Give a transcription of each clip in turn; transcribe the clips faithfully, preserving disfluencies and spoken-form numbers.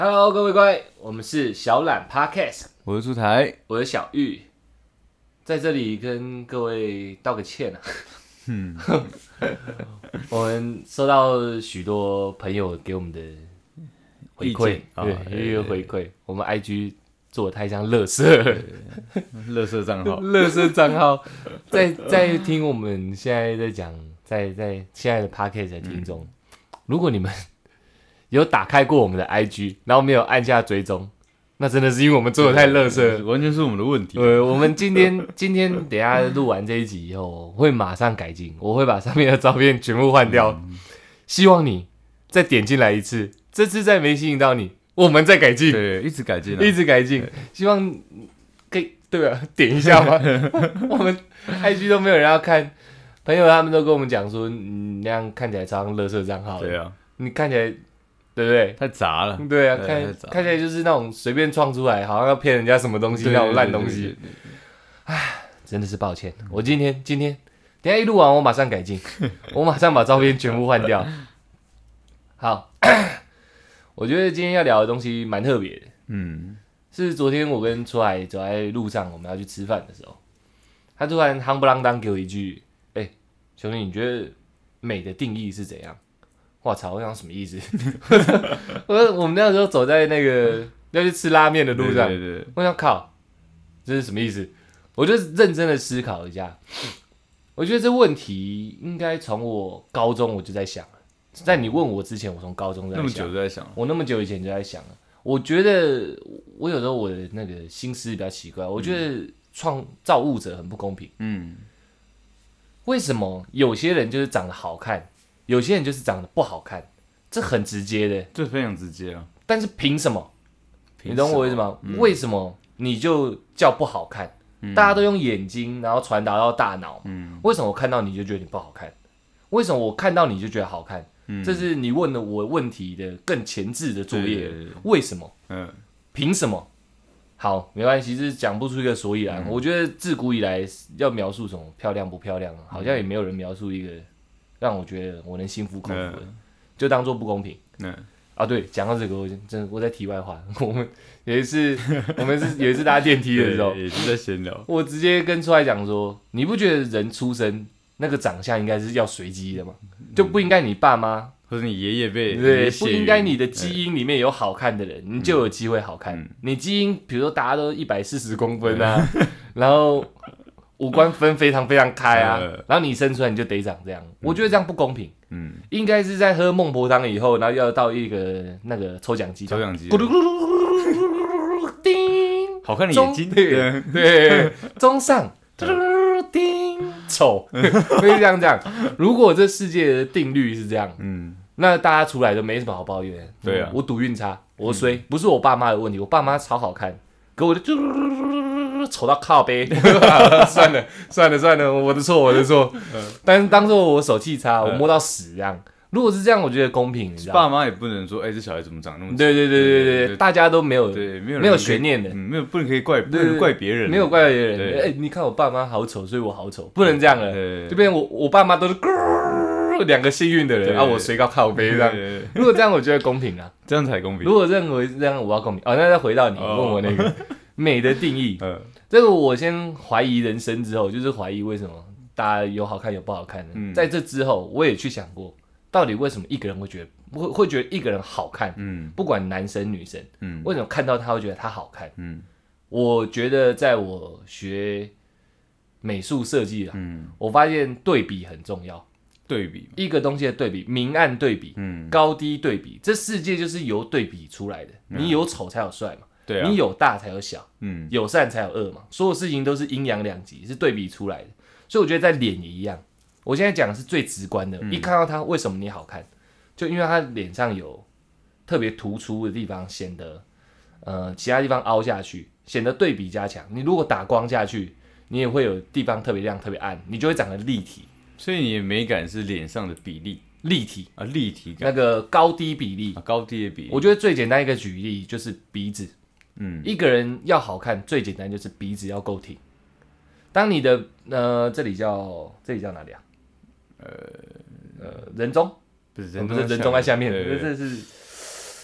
Hello， 各位各位，我们是小懒 Podcast， 我是出台， 我是小玉，在这里跟各位道个歉啊。嗯，我们收到许多朋友给我们的回馈，对，一个回馈，我们 I G 做的太像垃圾， 垃圾账号， 垃圾账号，在在听我们现在在讲，在在现在的 Podcast 的听众，嗯、如果你们有打开过我们的 I G， 然后没有按下追踪，那真的是因为我们做的太垃圾， 完全是我们的问题。 呃，我们今天今天等一下录完这一集以后，会马上改进，我会把上面的照片全部换掉。嗯、希望你再点进来一次，这次再没吸引到你，我们再改进。 对，一直改进、啊， 一直改进。希望可以，对啊，点一下嘛。我们 I G 都没有人要看，朋友他们都跟我们讲说，你那样看起来超像垃圾账号。 对啊， 你看起来。对不对？ 太杂了。 对啊，看看起来就是那种随便创出来，好像要骗人家什么东西那种烂东西。唉，真的是抱歉。我今天今天等一下一录完，我马上改进，我马上把照片全部换掉。好，我觉得今天要聊的东西蛮特别的。嗯，是昨天我跟出来走在路上，我们要去吃饭的时候，他突然夯不啷当给我一句：“哎、欸，兄弟，你觉得美的定义是怎样？”我操！我想什么意思？我我们那时候走在那个要去吃拉面的路上，对对对，我想靠，这是什么意思？我就认真的思考一下。我觉得这问题应该从我高中我就在想了，在你问我之前，我从高中在想， 那么久就在想， 我那么久以前就在想了。我觉得我有时候我的那个心思比较奇怪，我觉得创造物者很不公平。嗯，为什么有些人就是长得好看？有些人就是长得不好看，这很直接的， 这非常直接啊。 但是凭什么？你懂我意思吗？嗯、为什么你就叫不好看？嗯、大家都用眼睛，然后传达到大脑。嗯、为什么我看到你就觉得你不好看？为什么我看到你就觉得好看？嗯、这是你问了我问题的更前置的作业。对对对对，为什么？嗯，凭什么？好，没关系，是讲不出一个所以然。嗯、我觉得自古以来要描述什么漂亮不漂亮，好像也没有人描述一个。让我觉得我能心服口服的，嗯、就当做不公平。嗯、啊，对，讲到这个，我真我在题外话，我们有一次，我们是有一次搭电梯的时候， 也是在闲聊。 我直接跟出来讲说，你不觉得人出生那个长相应该是要随机的吗？嗯、就不应该你爸妈或者你爷爷辈， 对，不应该你的基因里面有好看的人，嗯、你就有机会好看。嗯、你基因，比如说大家都一百四十公分啊，嗯、然后。五官分非常非常开啊，呃、然后你生出来你就得长这样，嗯、我觉得这样不公平。嗯，应该是在喝孟婆汤以后，然后要到一个那个抽奖机， 抽奖机， 咕噜咕噜咕噜叮， 好看的眼睛， 对对，中上，叮，丑，会这样讲。如果这世界的定律是这样，嗯，那大家出来都没什么好抱怨。 对啊， 我赌运差，我衰，嗯、不是我爸妈的问题，我爸妈超好看，可我就。丑到靠背，算了算了算了，我的错我的错。嗯、但是当做我手气差，我摸到屎这样。如果是这样，我觉得公平，你知道爸妈也不能说，哎、欸，这小孩怎么长那么丑？ 对对对对 对, 對，大家都没有对没有没有悬念的、 嗯，没有不能可以怪不能怪别人， 没有怪别人。哎、欸，你看我爸妈好丑，所以我好丑，不能这样了。就变成我我爸妈都是两个幸运的人啊，我随高靠背这样。如果这样，我觉得公平啊， 这样才公平。 如果认为这样，我要公平哦。那再回到你问我那个美的定义。嗯这个我先怀疑人生之后，就是怀疑为什么大家有好看有不好看的。嗯、在这之后，我也去想过，到底为什么一个人会觉得会会觉得一个人好看？嗯、不管男生女生，嗯、为什么看到他会觉得他好看？嗯、我觉得在我学美术设计啊，嗯、我发现对比很重要。 对比一个东西的对比，明暗对比，嗯、高低对比，这世界就是由对比出来的。嗯、你有丑才有帅嘛。 对啊、 你有大才有小，嗯，有善才有恶嘛，所有事情都是阴阳两极，是对比出来的。所以我觉得在脸也一样，我现在讲的是最直观的。嗯、一看到他，为什么你好看？就因为他脸上有特别突出的地方，显得呃其他地方凹下去，显得对比加强。你如果打光下去，你也会有地方特别亮、特别暗，你就会长得立体。 所以你的美感是脸上的比例。 立体啊，立体感， 那个高低比例， 啊、高低的比例。 我觉得最简单一个举例就是鼻子。嗯，一个人要好看，最简单就是鼻子要够挺。当你的呃，这里叫这里叫哪里啊？呃呃，人中不是人中，不是人中在下面，这是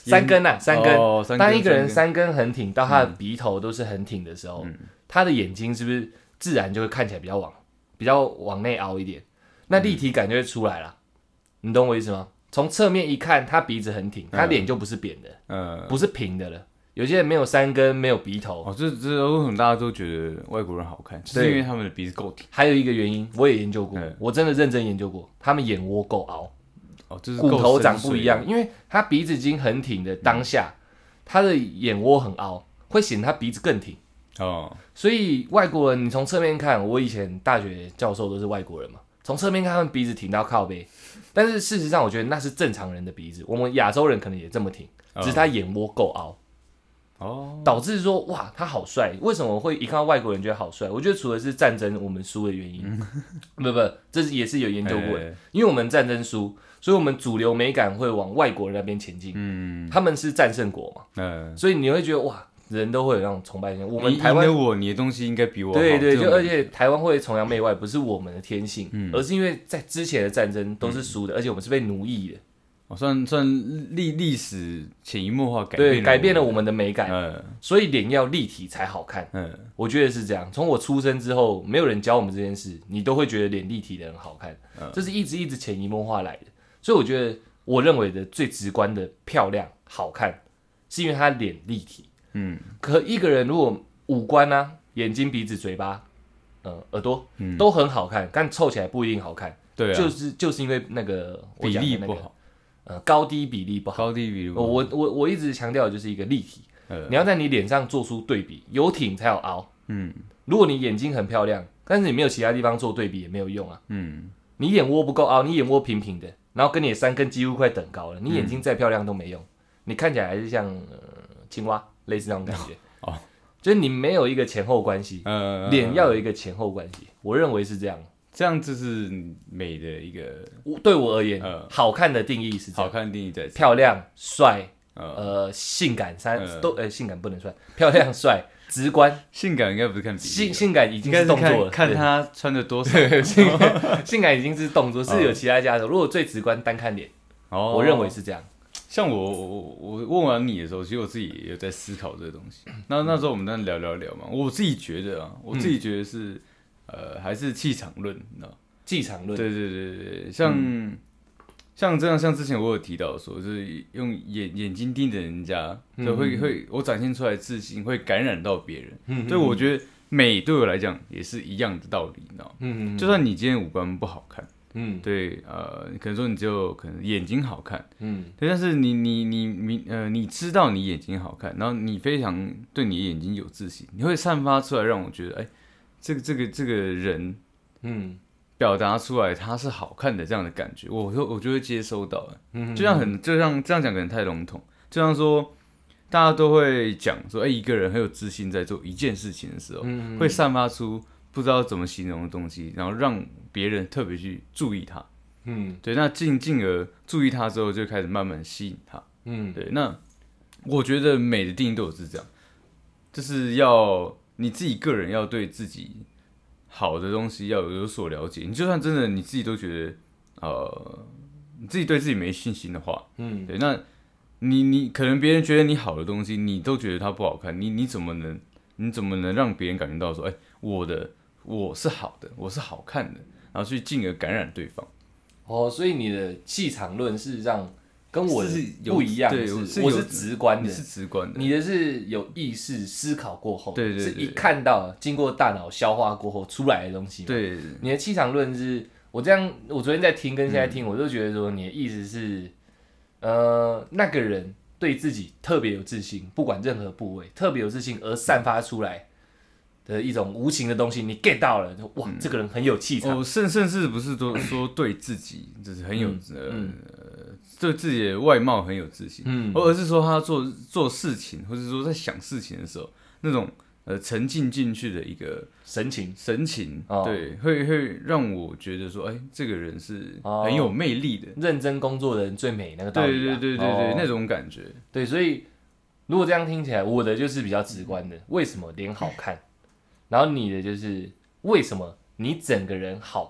三根啊，三根。 哦、三根当一个人三三根很挺，到他的鼻头都是很挺的时候，嗯、他的眼睛是不是自然就会看起来比较往比较往内凹一点？那立体感就会出来了。嗯、你懂我意思吗？从侧面一看，他鼻子很挺，他脸就不是扁的，嗯、不是平的了。有些人没有三根，没有鼻头。 哦，这这为什么大家都觉得外国人好看？就是因为他们的鼻子够挺。 还有一个原因，我也研究过，我真的认真研究过，他们眼窝够凹。 哦，就是骨头长不一样，因为他鼻子已经很挺的当下，嗯、他的眼窝很凹，会显得他鼻子更挺。哦，所以外国人你从侧面看，我以前大学教授都是外国人嘛，从侧面看他们鼻子挺到靠背，但是事实上我觉得那是正常人的鼻子，我们亚洲人可能也这么挺，只是他眼窝够凹。哦，导致说哇，他好帅。为什么会一看到外国人觉得好帅？我觉得除了是战争我们输的原因，嗯、不不，这是也是有研究过的。欸、因为我们战争输，所以我们主流美感会往外国人那边前进。嗯，他们是战胜国嘛，嗯，所以你会觉得哇，人都会有那种崇拜心。我们台湾， 我你的东西应该比我好。 对对，就而且台湾会崇洋媚外，不是我们的天性，嗯、而是因为在之前的战争都是输的，嗯、而且我们是被奴役的。 哦，算算历历史潜移默化改变了， 对，改变了我们的美感，嗯、所以脸要立体才好看。嗯，我觉得是这样。从我出生之后，没有人教我们这件事，你都会觉得脸立体的人好看，嗯、这是一直一直潜移默化来的。所以我觉得，我认为的最直观的漂亮好看，是因为他脸立体。嗯，可一个人如果五官啊，眼睛、鼻子、嘴巴，呃，耳朵、嗯、都很好看，但凑起来不一定好看。 对、啊， 就是就是因为那个比例不好。 呃，高低比例不好， 高低比例不好。 我我我一直强调的就是一个立体，呃、你要在你脸上做出对比，有挺才有凹。嗯，如果你眼睛很漂亮，但是你没有其他地方做对比也没有用啊。嗯，你眼窝不够凹，你眼窝平平的，然后跟你的三根几乎快等高了，你眼睛再漂亮都没用，你看起来还是像、呃、青蛙，类似那种感觉。哦，就是你没有一个前后关系，呃、脸要有一个前后关系，我认为是这样。 这样就是美的一个， 对我而言，呃、好看的定义是这样， 好看的定义在漂亮、帅、呃、呃性感三、呃、都，呃性感不能帅，漂亮、帅、直观。 性感应该不是看比例， 性性感已经是动作了， 看, 看他穿的多少。 性, 性感已经是动作，是有其他加的。如果最直观单看脸，哦、我认为是这样。 像我我我问完你的时候，其实我自己也有在思考这个东西。那那时候我们在聊聊聊嘛，我自己觉得啊，我自己觉得是。嗯呃，还是气场论，你知道？ 气场论， 对对对对，像、嗯、像这样，像之前我有提到说，就是用眼眼睛盯着人家，就会、嗯、会我展现出来的自信会感染到别人。嗯，所以我觉得美对我来讲也是一样的道理，你知道？嗯，就算你今天五官不好看，嗯，对，呃，可能说你只有可能眼睛好看，嗯，对，但是你你你你呃，你知道你眼睛好看，然后你非常对你的眼睛有自信，你会散发出来，让我觉得，哎、欸。这个这个这个人，嗯，表达出来他是好看的这样的感觉，我我就会接收到，嗯，就像很就像这样讲可能太笼统，就像说大家都会讲说，哎、欸，一个人很有自信在做一件事情的时候，嗯，会散发出不知道怎么形容的东西，然后让别人特别去注意他，嗯，对，那进进而注意他之后，就开始慢慢吸引他，嗯，对，那我觉得美的定义都有是这样，就是要。你自己个人要对自己好的东西要有所了解，你就算真的你自己都觉得，呃，你自己对自己没信心的话，嗯，对，那你你可能别人觉得你好的东西，你都觉得它不好看，你你怎么能你怎么能让别人感觉到说，哎、欸，我的我是好的，我是好看的，然后去进而感染对方。 哦，所以你的气场论是让。跟我的不一样，是是我是直观的， 你是直观的， 你的是有意识思考过后， 对对对， 是一看到经过大脑消化过后出来的东西。 对，對， 你的气场论是，我这样，我昨天在听跟现在听，嗯、我都觉得说你的意思是，呃，那个人对自己特别有自信，不管任何部位特别有自信而散发出来的一种无形的东西，你 get 到了，哇，嗯、这个人很有气场。 哦，甚甚至不是说说对自己就是很有、嗯、呃。嗯对自己的外貌很有自信，嗯，而是说他做做事情，或者说在想事情的时候，那种呃沉浸进去的一个神情， 神情，哦、对，会会让我觉得说，哎、欸，这个人是很有魅力的， 哦、认真工作的人最美那个道理、啊， 对对对对对，哦、那种感觉， 对，所以如果这样听起来，我的就是比较直观的，为什么脸好看，然后你的就是为什么你整个人好看，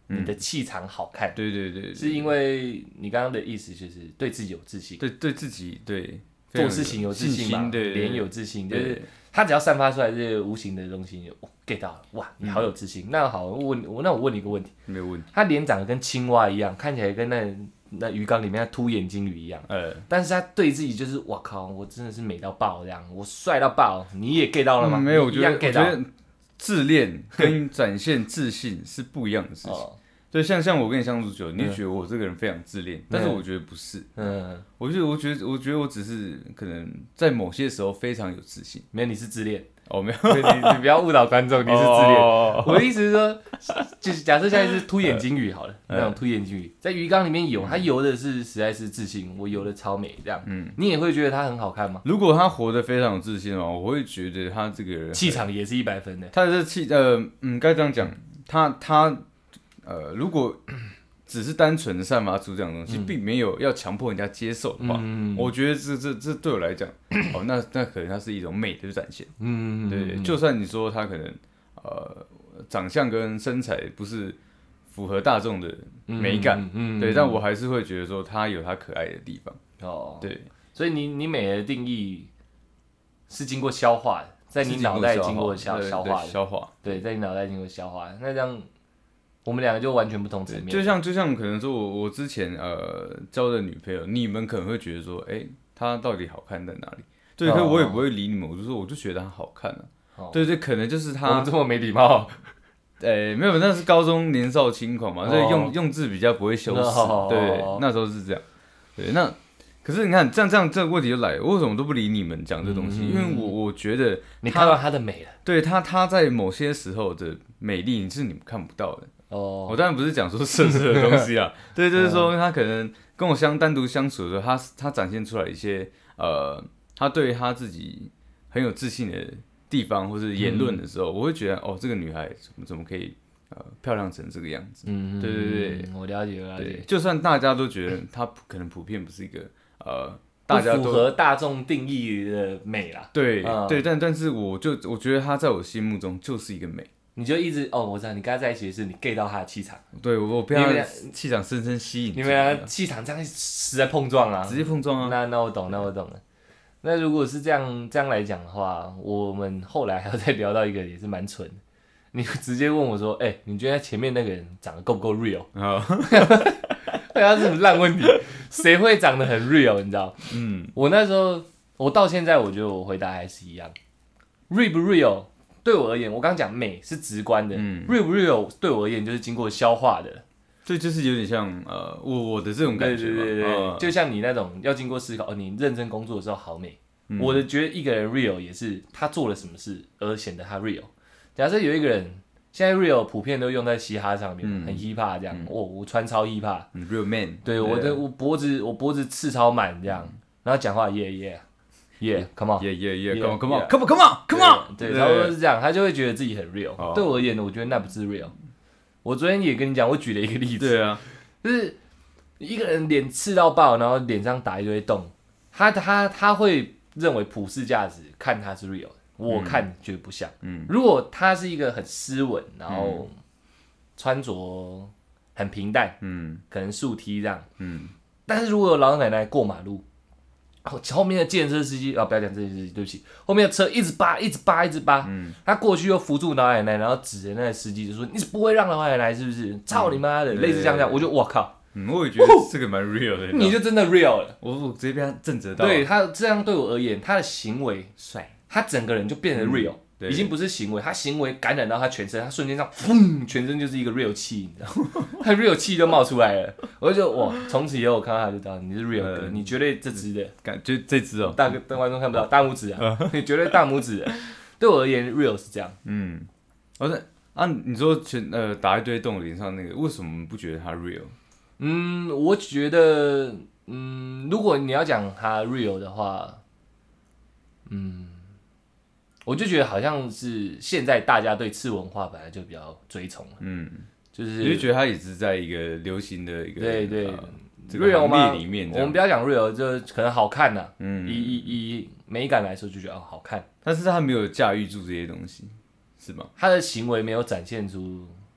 你的气场好看。 对对对， 是因为你刚刚的意思就是对自己有自信， 对对自己对做事情有自信嘛， 对， 脸有自信，就是他只要散发出来这些无形的东西，就 get 到了，哇，你好有自信。那好，问我那我问你一个问题， 没有问题。 他脸长得跟青蛙一样，看起来跟那那鱼缸里面的凸眼金鱼一样，呃，但是他对自己就是，哇靠，我真的是美到爆这样，我帅到爆，你也 get 到了吗？ 嗯、没有，我觉得我觉得自恋跟展现自信是不一样的事情。哦，对，像像我跟你相处久，你就觉得我这个人非常自恋，嗯、但是我觉得不是。嗯，我觉得我觉得我觉得我只是可能在某些时候非常有自信。 没有，你是自恋。 哦，没有， 你你不要误导观众，你是自恋。哦、我的意思是说，就是假设现在是凸眼金鱼好了，那种凸眼金鱼在鱼缸里面游，它游的是实在是自信，我游的超美这样。嗯，你也会觉得它很好看吗？ 如果他活得非常有自信的话，我会觉得他这个人气场也是一百分的。 他的气呃嗯，该这样讲，他他呃，如果只是单纯的散发出这样的东西，嗯、并没有要强迫人家接受的话，嗯、我觉得这这这对我来讲，哦，那那可能它是一种美的展现。嗯，对，就算你说他可能呃长相跟身材不是符合大众的美感，嗯嗯、对，但我还是会觉得说他有他可爱的地方。哦，对， 所以你你美的定义是经过消化的，在你脑袋经过消消化的， 消化， 对，在你脑袋经过消化的，那这样。我们两个就完全不同层面， 就像就像可能说我我之前呃交的女朋友，你们可能会觉得说，哎、欸，她到底好看在哪里？对，可是我也不会理你们，我就说我就觉得她好看啊。哦、对对，可能就是她。 我们这么没礼貌。 哎、欸，没有，那是高中年少轻狂嘛，所以用用字比较不会修饰。哦、对，那时候是这样。对，那可是你看这样这样这个问题就来了，我为什么都不理你们讲这东西？嗯、因为我我觉得你看到她的美了， 对她她在某些时候的美丽是你们看不到的。哦，我当然不是讲说色色的东西啊，对，就是说他可能跟我相单独相处的时候，他他展现出来一些呃，他对他自己很有自信的地方或是言论的时候，嗯、我会觉得哦，这个女孩怎么怎么可以呃漂亮成这个样子？嗯，对对对， 我了解了解。 就算大家都觉得她可能普遍不是一个呃，大家都不符合大众定义的美啦。 对、嗯、对，但但是我就我觉得她在我心目中就是一个美。 你就一直哦，我知道你跟他在一起的是你 get 到他的气场， 对我被他气场深深吸引， 你们俩气场这样实在碰撞啊， 直接碰撞啊。 那那我懂，那我懂了。那如果是这样这样来讲的话，我们后来还要再聊到一个也是蛮蠢的，你直接问我说，哎、欸，你觉得前面那个人长得够不够 real？ 啊，那是什么烂问题？谁会长得很 real？ 你知道？嗯，我那时候我到现在我觉得我回答还是一样 ，real 不 real？对我而言，我刚刚讲美是直观的、嗯、，real 不 real 对我而言就是经过消化的， 所以就是有点像呃我我的这种感觉吧， 对对对对，嗯、就像你那种要经过思考，哦，你认真工作的时候好美，嗯、我的觉得一个人 real 也是他做了什么事而显得他 real。假设有一个人现在 real 普遍都用在嘻哈上面，嗯、很 hip hop 这样，嗯、我我穿超 hip hop， 嗯、real man， 对我的我脖子我脖子刺超满这样，然后讲话耶耶。Yeah, come on. Yeah, yeah, yeah. Come on, come on, come on, come on, come on. 对，差不多是这样，他就会觉得自己很 real。Oh. 对我而言呢，我觉得那不是 real。我昨天也跟你讲，我举了一个例子。 对啊， 就是一个人脸刺到爆，然后脸上打一堆洞，他他他会认为普世价值看他是 real 的，我看觉得不像。嗯，如果他是一个很斯文，然后穿着很平淡，嗯，可能竖 T 这样，嗯，但是如果有老奶奶过马路。后面的计程车司机啊，不要讲这件事情，对不起。后面的车一直扒，一直扒，一直扒。嗯、他过去又扶住老奶奶，然后指着那个司机就说：“你是不会让老奶奶是不是？操你妈的！”嗯、类似像这样，我就我靠， 嗯，我也觉得这个蛮 real 的。 你就真的 real 了， 我我直接被他震慑到。 对他这样对我而言，他的行为帅，他整个人就变成 real。嗯已经不是行为，他行为感染到他全身，他瞬间这样，砰，全身就是一个 real 气，你知道吗？他 real 气就冒出来了，我就哇，从此以后我看到他就知道你是 real 哥，呃、你绝对这支的， 感就这支哦， 大大观众看不到，大拇指啊，你绝对大拇指的。对我而言 ，real 是这样， 嗯，而且啊，你说全呃打一堆洞脸上那个，为什么不觉得他 real？ 嗯，我觉得，嗯，如果你要讲他 real 的话，嗯。我就觉得好像是现在大家对次文化本来就比较追崇，嗯，就是你就觉得它也是在一个流行的一个对对、呃、 这个行列里面， 我们不要讲 real， 就可能好看呐、啊，嗯，以以以美感来说就觉得哦好看， 但是他没有驾驭住这些东西，是吗？ 他的行为没有展现出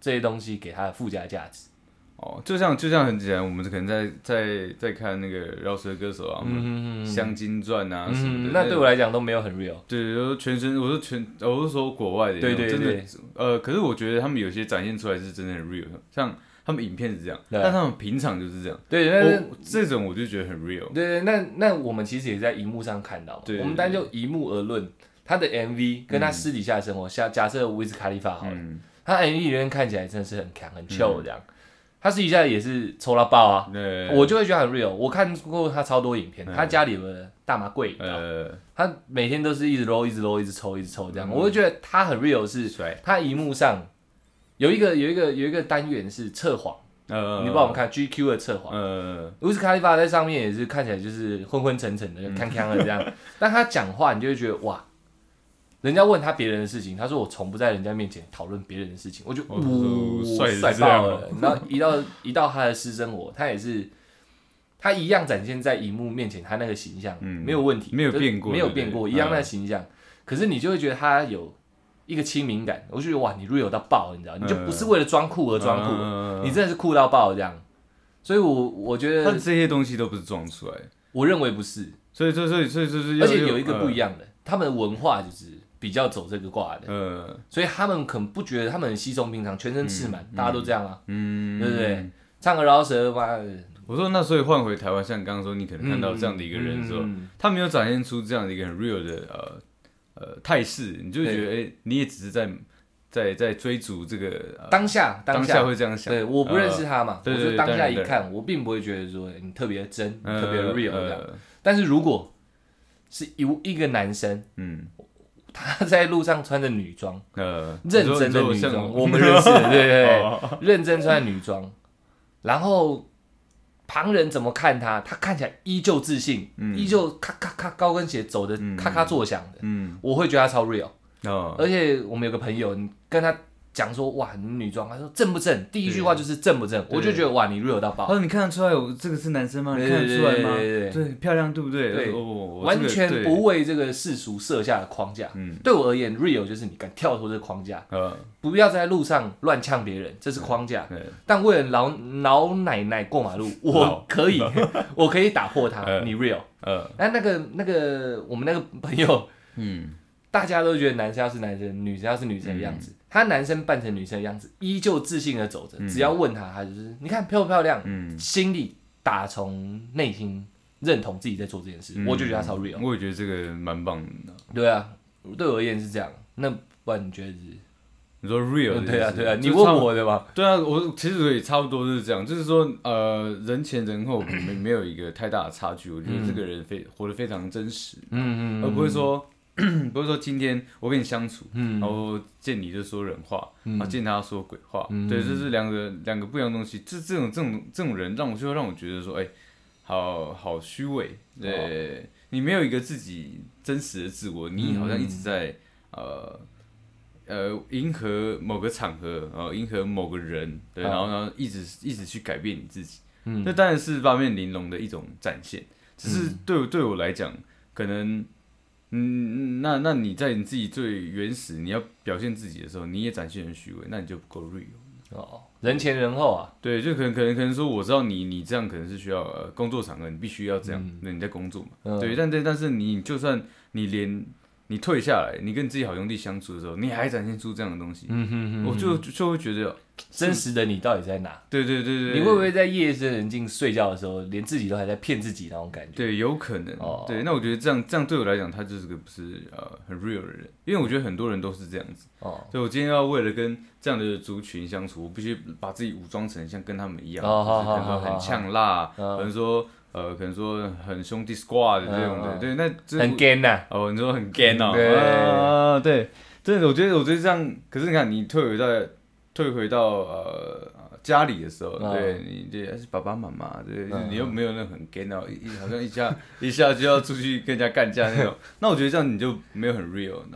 这些东西给他的附加价值。 哦，就像就像很简单，我们可能在在在看那个饶舌歌手啊，嗯嗯嗯，香金传啊什么的， 嗯、那对我来讲都没有很 real。 对，就是全身，我说全，我是说国外的， 对对对， 真的，呃，可是我觉得他们有些展现出来是真的很 real，像他们影片是这样，但他们平常就是这样。 对，那这种我就觉得很 real。 对对，那那我们其实也在荧幕上看到，对对对，我们单就荧幕而论，他的 M V 跟他私底下的生活，像、嗯、假设威斯卡利法好了，嗯、他 M V 里面看起来真的是很强很 chill 这样。嗯，他私底下也是抽到爆啊，我就会觉得很 real。我看过他超多影片，他家里有个大麻柜，呃、他每天都是一直 roll 一直 roll 一直抽一直抽这样，嗯、我就觉得他很 real 是，他荧幕上有一个有一个有一个单元是测谎，呃、你帮我们看 G Q 的测谎，威斯卡利法在上面也是看起来就是昏昏沉沉的、康康的这样，嗯、但他讲话你就会觉得哇。人家问他别人的事情，他说我从不在人家面前讨论别人的事情，我就呜帅爆了。然后一到一到他的私生活，他也是他一样展现在荧幕面前，他那个形象、嗯、没有问题， 没有变过， 没有变过，一样那个形象。嗯、可是你就会觉得他有一个亲民感，我就觉得哇，你 real 到爆，你知道，你就不是为了装酷而装酷，嗯、你真的是酷到爆这样。所以我我觉得他这些东西都不是装出来的， 我认为不是。 所以所以所以所以就是， 而且有一个不一样的，呃、他们的文化就是。比较走这个挂的，呃、所以他们可能不觉得他们很稀松平常，全身赤满，嗯、大家都这样啊，嗯、对不对？唱个饶舌吧。 我说那所以换回台湾，像刚刚说，你可能看到这样的一个人的时候，嗯、他没有展现出这样的一个很 real 的呃呃态势，你就会觉得，哎，你也只是在在在追逐这个、呃、 当下， 当下会这样想。 对，我不认识他嘛， 呃、 我就当下一看，我并不会觉得说你特别真，呃、特别 real 这样。呃、但是如果是一一个男生，嗯。他在路上穿着女装，呃，认真的女装，我们认识的，对对对，哦、认真穿女装，然后旁人怎么看他，他看起来依旧自信，嗯、依旧咔咔咔高跟鞋走的咔咔作响的，嗯、我会觉得他超 real，哦、而且我们有个朋友，你跟他讲说哇，你女装，他说正不正？第一句话就是正不正，我就觉得哇，你 real 到爆。 他说你看得出来我这个是男生吗？你看得出来吗？对，对，漂亮对不对？ 对，完全不为这个世俗设下的框架。对我而言 ，real 就是你敢跳脱这个框架，不要在路上乱呛别人，这是框架。但为了老老奶奶过马路，我可以，我可以打破它。你 real， 但那个那个我们那个朋友，嗯。大家都觉得男生要是男生，女生要是女生的样子。嗯、他男生扮成女生的样子，依旧自信的走着。嗯、只要问他，他就是你看漂不漂亮，嗯、心里打从内心认同自己在做这件事，嗯、我就觉得他超 real。 我也觉得这个蛮棒的。 对啊，对我而言是这样。那不然你觉得是？ 你说 real？ 对啊，对啊，你问我的嘛？ 对啊，我其实也差不多是这样，就是说，呃，人前人后没没有一个太大的差距。我觉得这个人非活得非常真实，嗯嗯，而不会说。不是说今天我跟你相处，嗯、然后见你就说人话，嗯、然后见他说鬼话，嗯、对，这是两个两个不一样的东西。这这种这种这种人，让我就会让我觉得说，哎、欸，好好虚伪，对，哦、你没有一个自己真实的自我，你好像一直在、嗯、呃呃迎合某个场合，呃迎合某个人，对，然后呢一直一直去改变你自己，嗯，这当然是八面玲珑的一种展现，只是对我对我来讲，可能。嗯，那那你在你自己最原始，你要表现自己的时候，你也展现很虚伪，那你就不够 real 哦，人前人后啊， 对，就可能可能可能说，我知道你你这样可能是需要、呃、工作场合，你必须要这样，那、嗯、你在工作嘛，嗯、对，但但但是你就算你连你退下来，你跟自己好兄弟相处的时候，你还展现出这样的东西，嗯、哼哼哼我就就会觉得真实的你到底在哪？ 对对对 对, 對， 你会不会在夜深人静睡觉的时候，连自己都还在骗自己那种感觉？ 对，有可能。哦、对，那我觉得这样这样对我来讲，他就是个不是呃很 real 的人，因为我觉得很多人都是这样子。哦。所以我今天要为了跟这样的族群相处，我必须把自己武装成像跟他们一样，哦、就是可能说很呛辣，哦、可能说。呃，可能说很兄弟 squad 的这种的，嗯、对，那很 gan 呐、啊。 哦，你說很 gan 哦。 對啊，對，真的，我覺得，我覺得這樣，可是你看，你退回到退回到呃家裡的時候，嗯、對你對，還是爸爸媽媽，對，嗯、你又沒有那種很 gan 哦，一好像一下一下就要出去跟人家幹架那種，那我覺得這樣你就沒有很 real，你知道？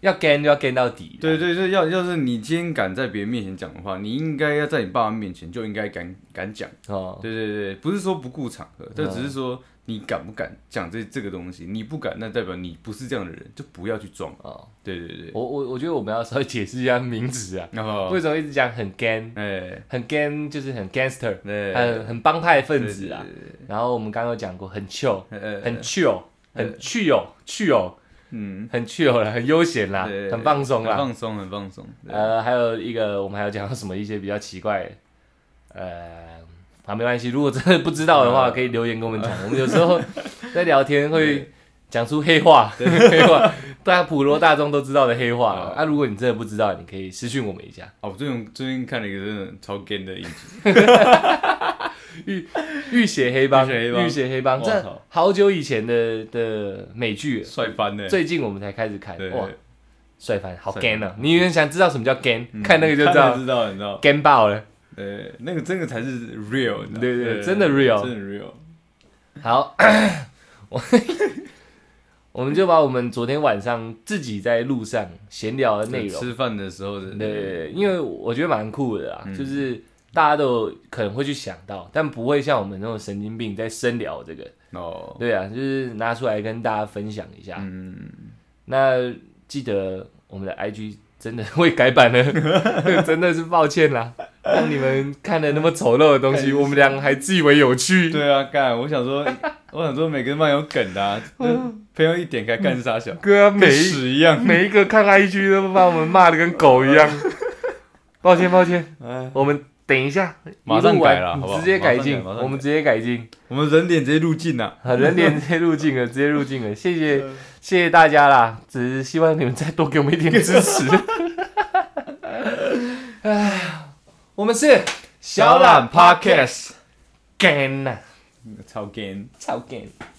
要 gan 就要 gan 到底。 对对对，要要是你今天敢在别人面前讲的话，你应该要在你爸妈面前就应该敢敢讲。哦，对对对，不是说不顾场合，这只是说你敢不敢讲这这个东西。你不敢，那代表你不是这样的人，就不要去装。哦，对对对， 我我我觉得我们要稍微解释一下名词啊，哦、为什么一直讲很 gan， 哎，很 gan 就是很 gangster， 很很帮派分子啊。然后我们刚刚有讲过很 chill， 很 chill， 很 chill chill。嗯，很 chill 啦，很悠闲啦，很放松啦， 很放松，很放松。 呃，还有一个，我们还有讲到什么一些比较奇怪的，呃，啊，没关系，如果真的不知道的话，可以留言跟我们讲。我们有时候在聊天会讲出黑话，黑话，大家普罗大众都知道的黑话。啊，如果你真的不知道，你可以私讯我们一下。 哦，我最近最近看了一个真的超 gay 的影集。 浴浴血黑帮，浴血黑帮，这好久以前的的美剧， 帅翻了。 最近我们才开始看，哇，帅翻，好 gan 啊！你有人想知道什么叫 gan？、嗯、看那个就知道， 知道，你知道 gan 爆了。 呃，那个真的才是 real， 对 对, 对，真的 real， 真的 real。 好，我我们就把我们昨天晚上自己在路上闲聊的内容， 吃饭的时候的， 对，因为我觉得蛮酷的啊，嗯、就是。大家都可能会去想到，但不会像我们那种神经病在深聊这个。哦，对啊，就是拿出来跟大家分享一下。嗯，那记得我们的 I G 真的会改版了，真的是抱歉啦，让你们看了那么丑陋的东西，我们俩还自以为有趣。 对啊，干，我想说，我想说每个人蛮有梗的、啊，朋友一点开干啥小， 哥、啊、每屎一样， 每一个看 I G 都把我们骂的跟狗一样。抱歉抱歉，我们。等一下， 马上改了，好不好？ 直接改进，我们直接改进， 我们人脸直接入镜了， 人脸直接入镜了，直接入镜了，谢谢谢谢大家啦，只是希望你们再多给我们一点支持。哎，我们是小懒 Podcast， 干呐， 超干， 超干。